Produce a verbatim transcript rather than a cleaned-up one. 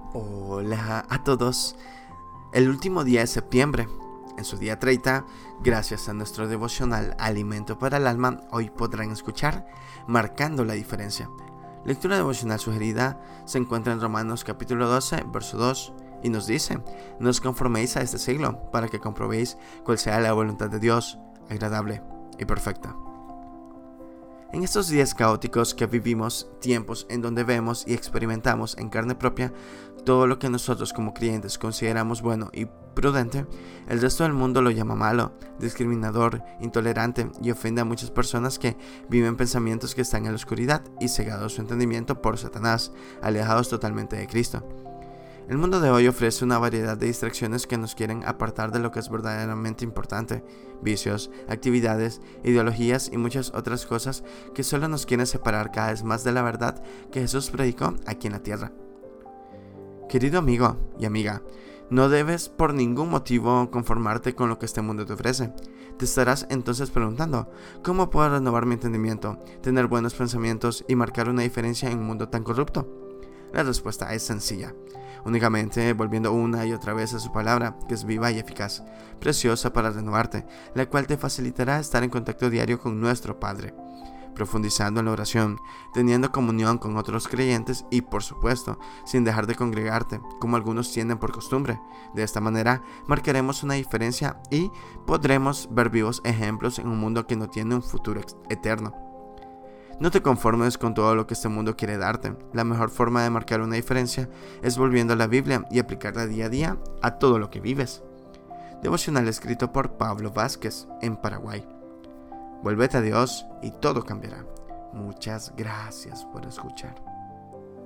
Hola a todos. El último día de septiembre, en su día treinta, gracias a nuestro devocional Alimento para el Alma, hoy podrán escuchar Marcando la Diferencia. Lectura devocional sugerida se encuentra en Romanos capítulo doce, verso dos, y nos dice: no os conforméis a este siglo, para que comprobéis cuál sea la voluntad de Dios, agradable y perfecta. En estos días caóticos que vivimos, tiempos en donde vemos y experimentamos en carne propia todo lo que nosotros como creyentes consideramos bueno y prudente, el resto del mundo lo llama malo, discriminador, intolerante y ofende a muchas personas que viven pensamientos que están en la oscuridad y cegados su entendimiento por Satanás, alejados totalmente de Cristo. El mundo de hoy ofrece una variedad de distracciones que nos quieren apartar de lo que es verdaderamente importante: vicios, actividades, ideologías y muchas otras cosas que solo nos quieren separar cada vez más de la verdad que Jesús predicó aquí en la tierra. Querido amigo y amiga, no debes por ningún motivo conformarte con lo que este mundo te ofrece. Te estarás entonces preguntando: ¿cómo puedo renovar mi entendimiento, tener buenos pensamientos y marcar una diferencia en un mundo tan corrupto? La respuesta es sencilla: únicamente volviendo una y otra vez a su palabra, que es viva y eficaz, preciosa para renovarte, la cual te facilitará estar en contacto diario con nuestro Padre, profundizando en la oración, teniendo comunión con otros creyentes y, por supuesto, sin dejar de congregarte, como algunos tienen por costumbre. De esta manera, marcaremos una diferencia y podremos ver vivos ejemplos en un mundo que no tiene un futuro eterno. No te conformes con todo lo que este mundo quiere darte. La mejor forma de marcar una diferencia es volviendo a la Biblia y aplicarla día a día a todo lo que vives. Devocional escrito por Pablo Vázquez, en Paraguay. Vuélvete a Dios y todo cambiará. Muchas gracias por escuchar.